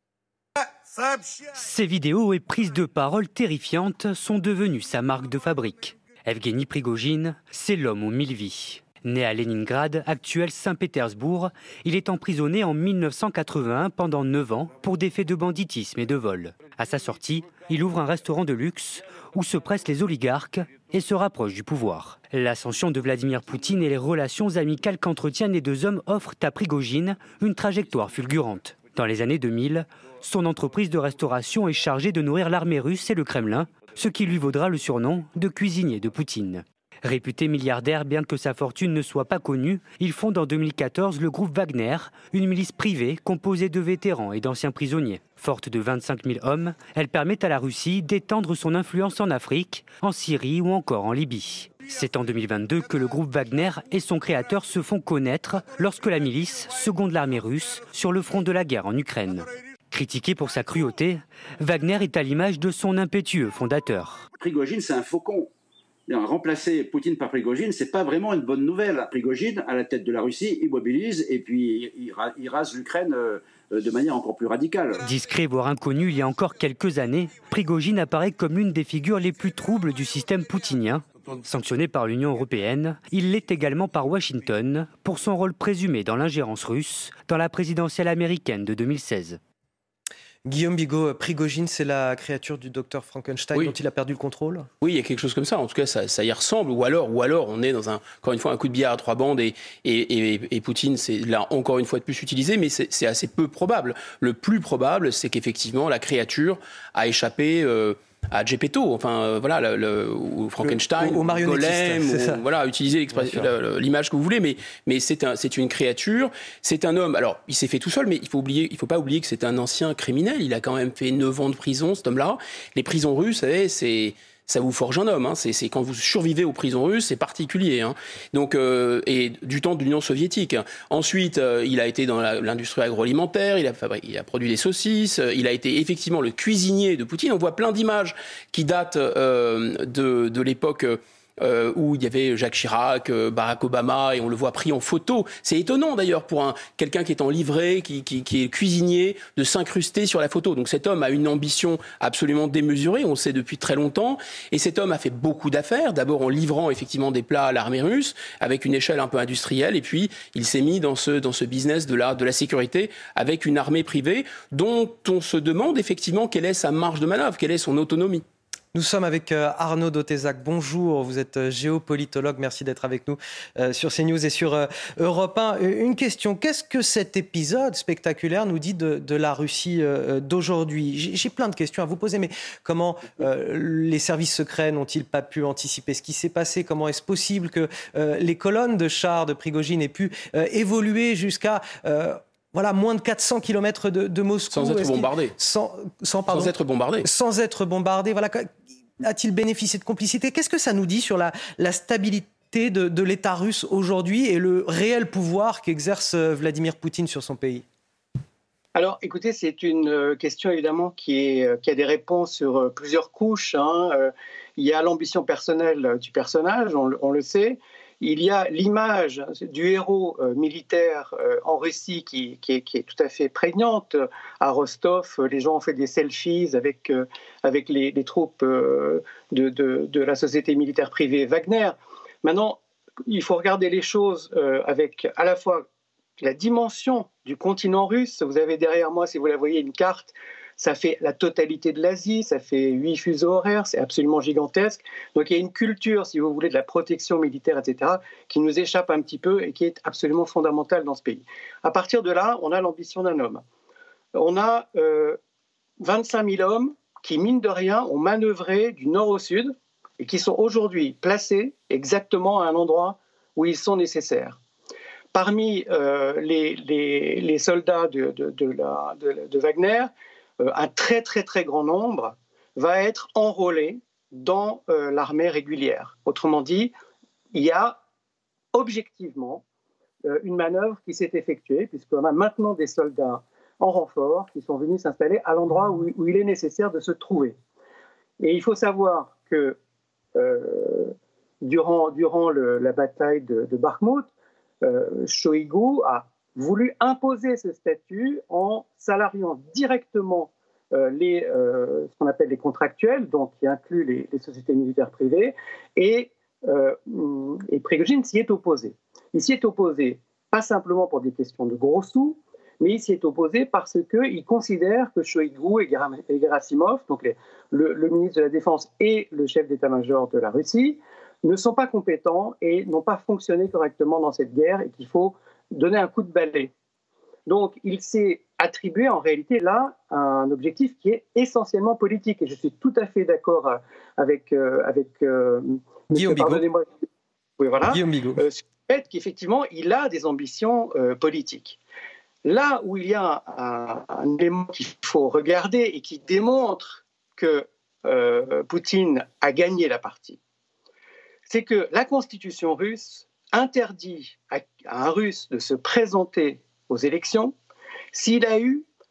Ces vidéos et prises de parole terrifiantes sont devenues sa marque de fabrique. Evgeny Prigojine, c'est l'homme aux 1000 vies. Né à Leningrad, actuel Saint-Pétersbourg, il est emprisonné en 1981 pendant 9 ans pour des faits de banditisme et de vol. À sa sortie, il ouvre un restaurant de luxe où se pressent les oligarques et se rapproche du pouvoir. L'ascension de Vladimir Poutine et les relations amicales qu'entretiennent les deux hommes offrent à Prigojine une trajectoire fulgurante. Dans les années 2000, son entreprise de restauration est chargée de nourrir l'armée russe et le Kremlin, ce qui lui vaudra le surnom de cuisinier de Poutine. Réputé milliardaire, bien que sa fortune ne soit pas connue, il fonde en 2014 le groupe Wagner, une milice privée composée de vétérans et d'anciens prisonniers. Forte de 25 000 hommes, elle permet à la Russie d'étendre son influence en Afrique, en Syrie ou encore en Libye. C'est en 2022 que le groupe Wagner et son créateur se font connaître lorsque la milice seconde l'armée russe sur le front de la guerre en Ukraine. Critiqué pour sa cruauté, Wagner est à l'image de son impétueux fondateur. Prigojine, c'est un faucon. Remplacer Poutine par Prigojine, c'est pas vraiment une bonne nouvelle. Prigojine, à la tête de la Russie, immobilise et puis il rase l'Ukraine de manière encore plus radicale. Discret voire inconnu il y a encore quelques années, Prigojine apparaît comme l'une des figures les plus troubles du système poutinien. Sanctionné par l'Union européenne, il l'est également par Washington pour son rôle présumé dans l'ingérence russe dans la présidentielle américaine de 2016. Guillaume Bigot, Prigojine, c'est la créature du docteur Frankenstein dont il a perdu le contrôle? Oui, il y a quelque chose comme ça. En tout cas, ça y ressemble. Ou alors on est dans encore une fois, un coup de billard à 3 bandes et Poutine, c'est là encore une fois de plus utilisé, mais c'est assez peu probable. Le plus probable, c'est qu'effectivement, la créature a échappé à Geppetto, enfin voilà, ou Frankenstein, au Golem, voilà, utilisez l'image que vous voulez, mais c'est une créature, c'est un homme. Alors, il s'est fait tout seul, mais il faut pas oublier que c'est un ancien criminel. Il a quand même fait 9 ans de prison, cet homme-là. Les prisons russes, vous savez, ça vous forge un homme. Hein. C'est quand vous survivez aux prisons russes, c'est particulier. Hein. Donc, et du temps de l'Union soviétique. Ensuite, il a été dans l'industrie agroalimentaire, il a produit des saucisses, il a été effectivement le cuisinier de Poutine. On voit plein d'images qui datent de l'époque où il y avait Jacques Chirac, Barack Obama, et on le voit pris en photo. C'est étonnant d'ailleurs pour quelqu'un qui est en livrée, qui est cuisinier, de s'incruster sur la photo. Donc cet homme a une ambition absolument démesurée, on le sait depuis très longtemps, et cet homme a fait beaucoup d'affaires, d'abord en livrant effectivement des plats à l'armée russe, avec une échelle un peu industrielle, et puis il s'est mis dans ce business de la sécurité, avec une armée privée, dont on se demande effectivement quelle est sa marge de manœuvre, quelle est son autonomie. Nous sommes avec Arnaud Dautézac. Bonjour, vous êtes géopolitologue. Merci d'être avec nous sur CNews et sur Europe 1. Une question, qu'est-ce que cet épisode spectaculaire nous dit de la Russie d'aujourd'hui ? J'ai plein de questions à vous poser, mais comment les services secrets n'ont-ils pas pu anticiper ce qui s'est passé ? Comment est-ce possible que les colonnes de chars de Prigojine aient pu évoluer jusqu'à... moins de 400 km de Moscou. Sans être bombardé. Sans être bombardé. Sans être bombardé. Voilà. A-t-il bénéficié de complicité ? Qu'est-ce que ça nous dit sur la stabilité de l'État russe aujourd'hui et le réel pouvoir qu'exerce Vladimir Poutine sur son pays ? Alors, écoutez, c'est une question évidemment qui a des réponses sur plusieurs couches. Il y a l'ambition personnelle du personnage, on le sait. Il y a l'image du héros militaire en Russie qui est tout à fait prégnante. À Rostov, les gens ont fait des selfies avec les troupes de la société militaire privée Wagner. Maintenant, il faut regarder les choses avec à la fois la dimension du continent russe. Vous avez derrière moi, si vous la voyez, une carte. Ça fait la totalité de l'Asie, ça fait 8 fuseaux horaires, c'est absolument gigantesque. Donc il y a une culture, si vous voulez, de la protection militaire, etc., qui nous échappe un petit peu et qui est absolument fondamentale dans ce pays. À partir de là, on a l'ambition d'un homme. On a 25 000 hommes qui, mine de rien, ont manœuvré du nord au sud et qui sont aujourd'hui placés exactement à un endroit où ils sont nécessaires. Parmi les soldats de Wagner, un très très très grand nombre va être enrôlé dans l'armée régulière. Autrement dit, il y a objectivement une manœuvre qui s'est effectuée, puisqu'on a maintenant des soldats en renfort qui sont venus s'installer à l'endroit où il est nécessaire de se trouver. Et il faut savoir que durant la bataille de Bakhmout, Shoigu a voulu imposer ce statut en salariant directement ce qu'on appelle les contractuels, donc qui inclut les sociétés militaires privées, et Prigojine s'y est opposé. Il s'y est opposé pas simplement pour des questions de gros sous, mais il s'y est opposé parce qu'il considère que Shoigu et Gerasimov, donc le ministre de la Défense et le chef d'état-major de la Russie, ne sont pas compétents et n'ont pas fonctionné correctement dans cette guerre et qu'il faut donner un coup de balai. Donc, il s'est attribué en réalité là un objectif qui est essentiellement politique. Et je suis tout à fait d'accord avec Guillaume Bigot. Oui, voilà. Guillaume Bigot. Sur le fait qu'effectivement, il a des ambitions politiques. Là où il y a un élément qu'il faut regarder et qui démontre que Poutine a gagné la partie, c'est que la constitution russe interdit à un Russe de se présenter aux élections s'il a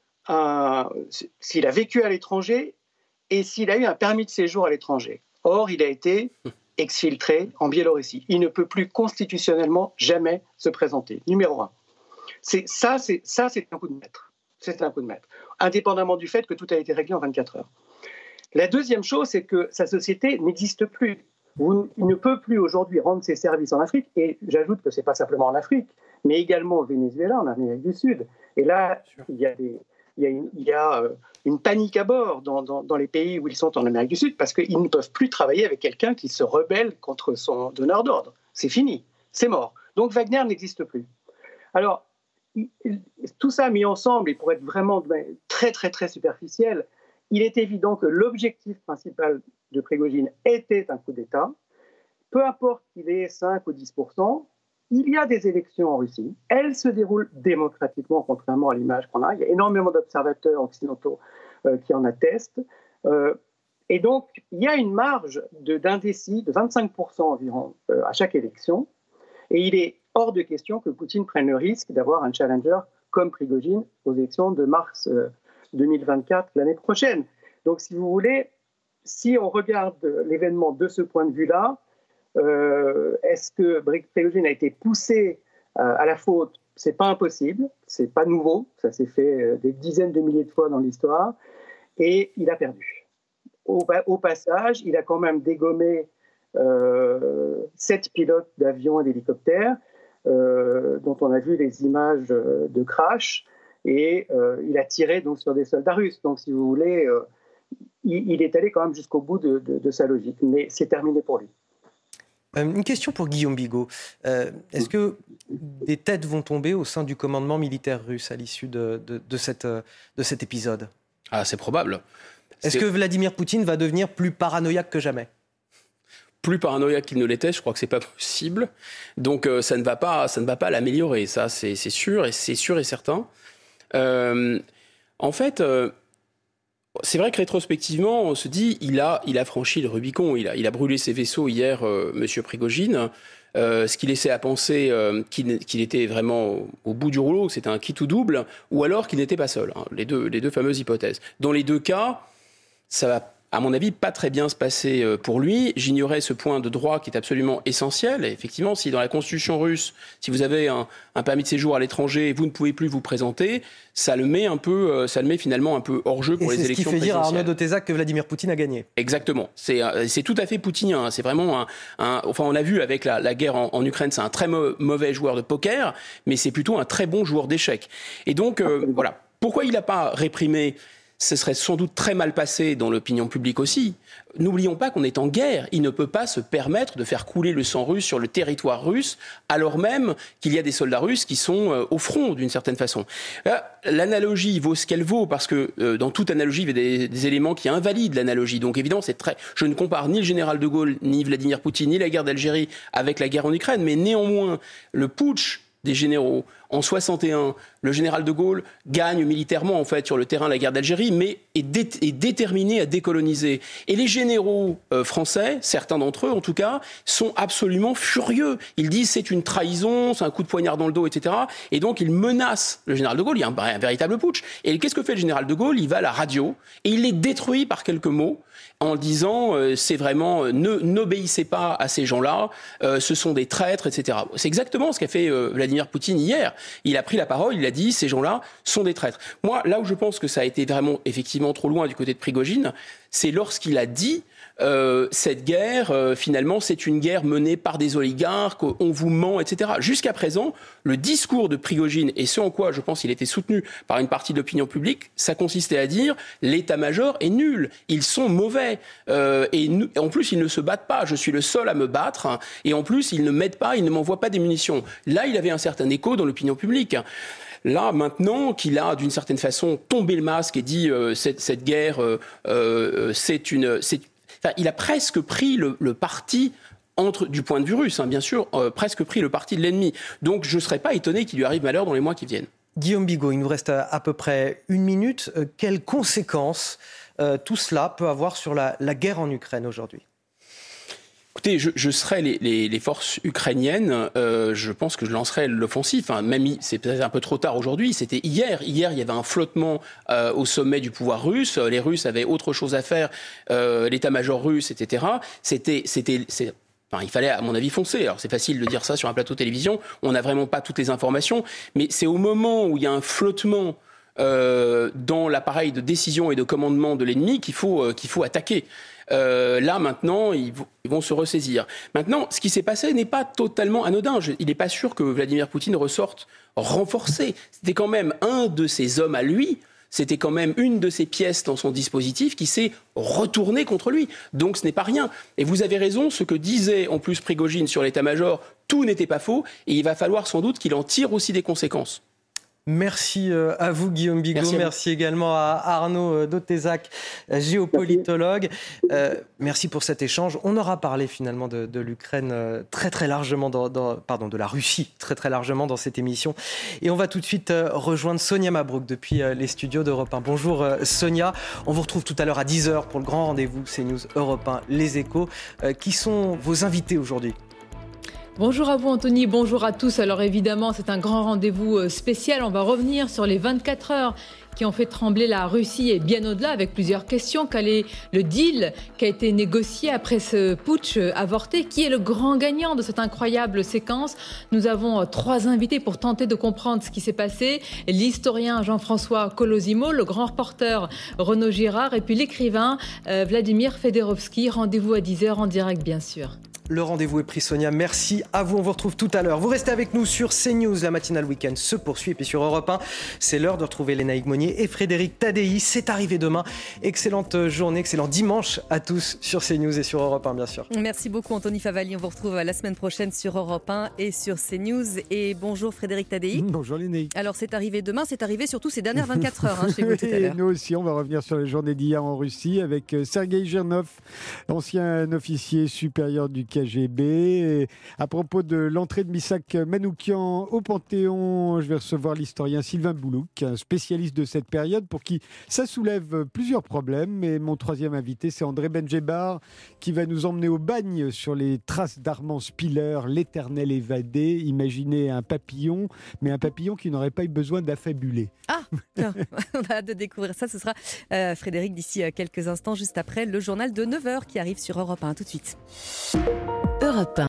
vécu à l'étranger et s'il a eu un permis de séjour à l'étranger. Or, il a été exfiltré en Biélorussie. Il ne peut plus constitutionnellement jamais se présenter. Numéro 1. C'est un coup de maître. C'est un coup de maître. Indépendamment du fait que tout a été réglé en 24 heures. La deuxième chose, c'est que sa société n'existe plus. Il ne peut plus aujourd'hui rendre ses services en Afrique, et j'ajoute que ce n'est pas simplement en Afrique, mais également au Venezuela, en Amérique du Sud. Et là, il y a une panique à bord dans les pays où ils sont en Amérique du Sud, parce qu'ils ne peuvent plus travailler avec quelqu'un qui se rebelle contre son donneur d'ordre. C'est fini, c'est mort. Donc Wagner n'existe plus. Alors, tout ça mis ensemble, et pour être vraiment très très très superficiel, il est évident que l'objectif principal de Prigojine était un coup d'État. Peu importe qu'il ait 5 ou 10%, il y a des élections en Russie. Elles se déroulent démocratiquement, contrairement à l'image qu'on a. Il y a énormément d'observateurs occidentaux qui en attestent. Et donc, il y a une marge d'indécis de 25% environ à chaque élection. Et il est hors de question que Poutine prenne le risque d'avoir un challenger comme Prigojine aux élections de mars 2024, l'année prochaine. Donc, si vous voulez, si on regarde l'événement de ce point de vue-là, Est-ce que Prigojine a été poussé à la faute? C'est pas impossible, c'est pas nouveau, ça s'est fait des dizaines de milliers de fois dans l'histoire, et il a perdu. Au passage, il a quand même dégommé 7 pilotes d'avions et d'hélicoptères, dont on a vu les images de crash, et il a tiré donc sur des soldats russes. Donc, si vous voulez, il est allé quand même jusqu'au bout de sa logique, mais c'est terminé pour lui. Une question pour Guillaume Bigot. Est-ce que des têtes vont tomber au sein du commandement militaire russe à l'issue de cet épisode? Ah, c'est probable. Est-ce que Vladimir Poutine va devenir plus paranoïaque que jamais? Plus paranoïaque qu'il ne l'était, je crois que c'est pas possible. Donc ça ne va pas l'améliorer, ça c'est sûr et certain. En fait, c'est vrai que rétrospectivement, on se dit il a franchi le Rubicon, il a brûlé ses vaisseaux hier, Monsieur Prigojine. Ce qui laissait à penser qu'il était vraiment au bout du rouleau, que c'était un qui tout double, ou alors qu'il n'était pas seul. Hein, les deux fameuses hypothèses. Dans les deux cas, ça va, à mon avis, pas très bien se passer pour lui. J'ignorais ce point de droit qui est absolument essentiel. Et effectivement, si dans la constitution russe, si vous avez un permis de séjour à l'étranger, vous ne pouvez plus vous présenter, ça le met finalement un peu hors jeu pour les élections présidentielles. C'est ce qui fait dire à Arnaud d'Otezac que Vladimir Poutine a gagné. Exactement. C'est tout à fait poutinien. C'est vraiment enfin, on a vu avec la guerre en Ukraine, c'est un très mauvais joueur de poker, mais c'est plutôt un très bon joueur d'échecs. Et donc, voilà. Pourquoi il n'a pas réprimé? Ce serait sans doute très mal passé dans l'opinion publique aussi. N'oublions pas qu'on est en guerre. Il ne peut pas se permettre de faire couler le sang russe sur le territoire russe, alors même qu'il y a des soldats russes qui sont au front, d'une certaine façon. L'analogie vaut ce qu'elle vaut, parce que dans toute analogie, il y a des éléments qui invalident l'analogie. Donc évidemment, je ne compare ni le général de Gaulle, ni Vladimir Poutine, ni la guerre d'Algérie avec la guerre en Ukraine, mais néanmoins, le putsch des généraux. En 61, le général de Gaulle gagne militairement en fait sur le terrain de la guerre d'Algérie, mais est déterminé à décoloniser. Et les généraux français, certains d'entre eux en tout cas, sont absolument furieux. Ils disent c'est une trahison, c'est un coup de poignard dans le dos, etc. Et donc ils menacent le général de Gaulle. Il y a un véritable putsch. Et qu'est-ce que fait le général de Gaulle? Il va à la radio et il les détruit par quelques mots, en disant c'est vraiment n'obéissez pas à ces gens-là, ce sont des traîtres, etc. C'est exactement ce qu'a fait Vladimir Poutine hier. Il a pris la parole, il a dit ces gens-là sont des traîtres. Moi, là où je pense que ça a été vraiment effectivement trop loin du côté de Prigojine, c'est lorsqu'il a dit cette guerre, finalement, c'est une guerre menée par des oligarques, on vous ment, etc. Jusqu'à présent, le discours de Prigojine, et ce en quoi je pense qu'il était soutenu par une partie de l'opinion publique, ça consistait à dire l'état-major est nul, ils sont mauvais, et en plus ils ne se battent pas, je suis le seul à me battre, hein, et en plus ils ne m'aident pas, ils ne m'envoient pas des munitions. Là, il avait un certain écho dans l'opinion publique. Là, maintenant qu'il a, d'une certaine façon, tombé le masque et dit cette guerre, il a presque pris le parti, du point de vue russe, hein, bien sûr, presque pris le parti de l'ennemi. Donc je ne serais pas étonné qu'il lui arrive malheur dans les mois qui viennent. Guillaume Bigot, il nous reste à peu près 1 minute. Quelles conséquences tout cela peut avoir sur la guerre en Ukraine aujourd'hui ? Écoutez, je serais les forces ukrainiennes, je pense que je lancerais l'offensive. Enfin, même c'est peut-être un peu trop tard aujourd'hui, c'était hier. Hier, il y avait un flottement au sommet du pouvoir russe. Les Russes avaient autre chose à faire, l'état-major russe, etc. Il fallait, à mon avis, foncer. Alors, c'est facile de dire ça sur un plateau de télévision. On n'a vraiment pas toutes les informations. Mais c'est au moment où il y a un flottement dans l'appareil de décision et de commandement de l'ennemi qu'il faut attaquer. Là, maintenant, ils vont se ressaisir. Maintenant, ce qui s'est passé n'est pas totalement anodin. Il n'est pas sûr que Vladimir Poutine ressorte renforcé. C'était quand même un de ses hommes à lui. C'était quand même une de ses pièces dans son dispositif qui s'est retournée contre lui. Donc ce n'est pas rien. Et vous avez raison, ce que disait en plus Prigojine sur l'état-major, tout n'était pas faux. Et il va falloir sans doute qu'il en tire aussi des conséquences. Merci à vous, Guillaume Bigot. Merci également à Arnaud d'Otezac, géopolitologue. Merci pour cet échange. On aura parlé finalement de l'Ukraine très largement, de la Russie très largement dans cette émission. Et on va tout de suite rejoindre Sonia Mabrouk depuis les studios d'Europe 1. Bonjour Sonia. On vous retrouve tout à l'heure à 10h pour le grand rendez-vous CNews Europe 1, Les Échos. Qui sont vos invités aujourd'hui ? Bonjour à vous Anthony, bonjour à tous. Alors évidemment, c'est un grand rendez-vous spécial. On va revenir sur les 24 heures qui ont fait trembler la Russie et bien au-delà avec plusieurs questions. Quel est le deal qui a été négocié après ce putsch avorté? Qui est le grand gagnant de cette incroyable séquence? Nous avons 3 invités pour tenter de comprendre ce qui s'est passé. L'historien Jean-François Colosimo, le grand reporter Renaud Girard et puis l'écrivain Vladimir Fedorovski. Rendez-vous à 10h en direct bien sûr. Le rendez-vous est pris, Sonia. Merci à vous. On vous retrouve tout à l'heure. Vous restez avec nous sur CNews. La matinale week-end se poursuit. Et puis sur Europe 1, c'est l'heure de retrouver Lénaïque Monnier et Frédéric Tadei. C'est arrivé demain. Excellente journée, excellent dimanche à tous sur CNews et sur Europe 1, bien sûr. Merci beaucoup, Anthony Favali. On vous retrouve la semaine prochaine sur Europe 1 et sur CNews. Et bonjour, Frédéric Tadei. Bonjour, Lénaïque. Alors, c'est arrivé demain. C'est arrivé surtout ces dernières 24 heures chez vous tout à l'heure. Nous aussi, on va revenir sur les journées d'hier en Russie avec Sergueï Girnov, ancien officier supérieur du KGB. Et à propos de l'entrée de Missak Manoukian au Panthéon, je vais recevoir l'historien Sylvain Boulouk, un spécialiste de cette période pour qui ça soulève plusieurs problèmes. Et mon troisième invité, c'est André Benjebar, qui va nous emmener au bagne sur les traces d'Armand Spiller, l'éternel évadé. Imaginez un papillon, mais un papillon qui n'aurait pas eu besoin d'affabuler. Ah, on a hâte de découvrir ça. Ce sera Frédéric d'ici quelques instants, juste après le journal de 9h qui arrive sur Europe 1. Tout de suite. Europe 1.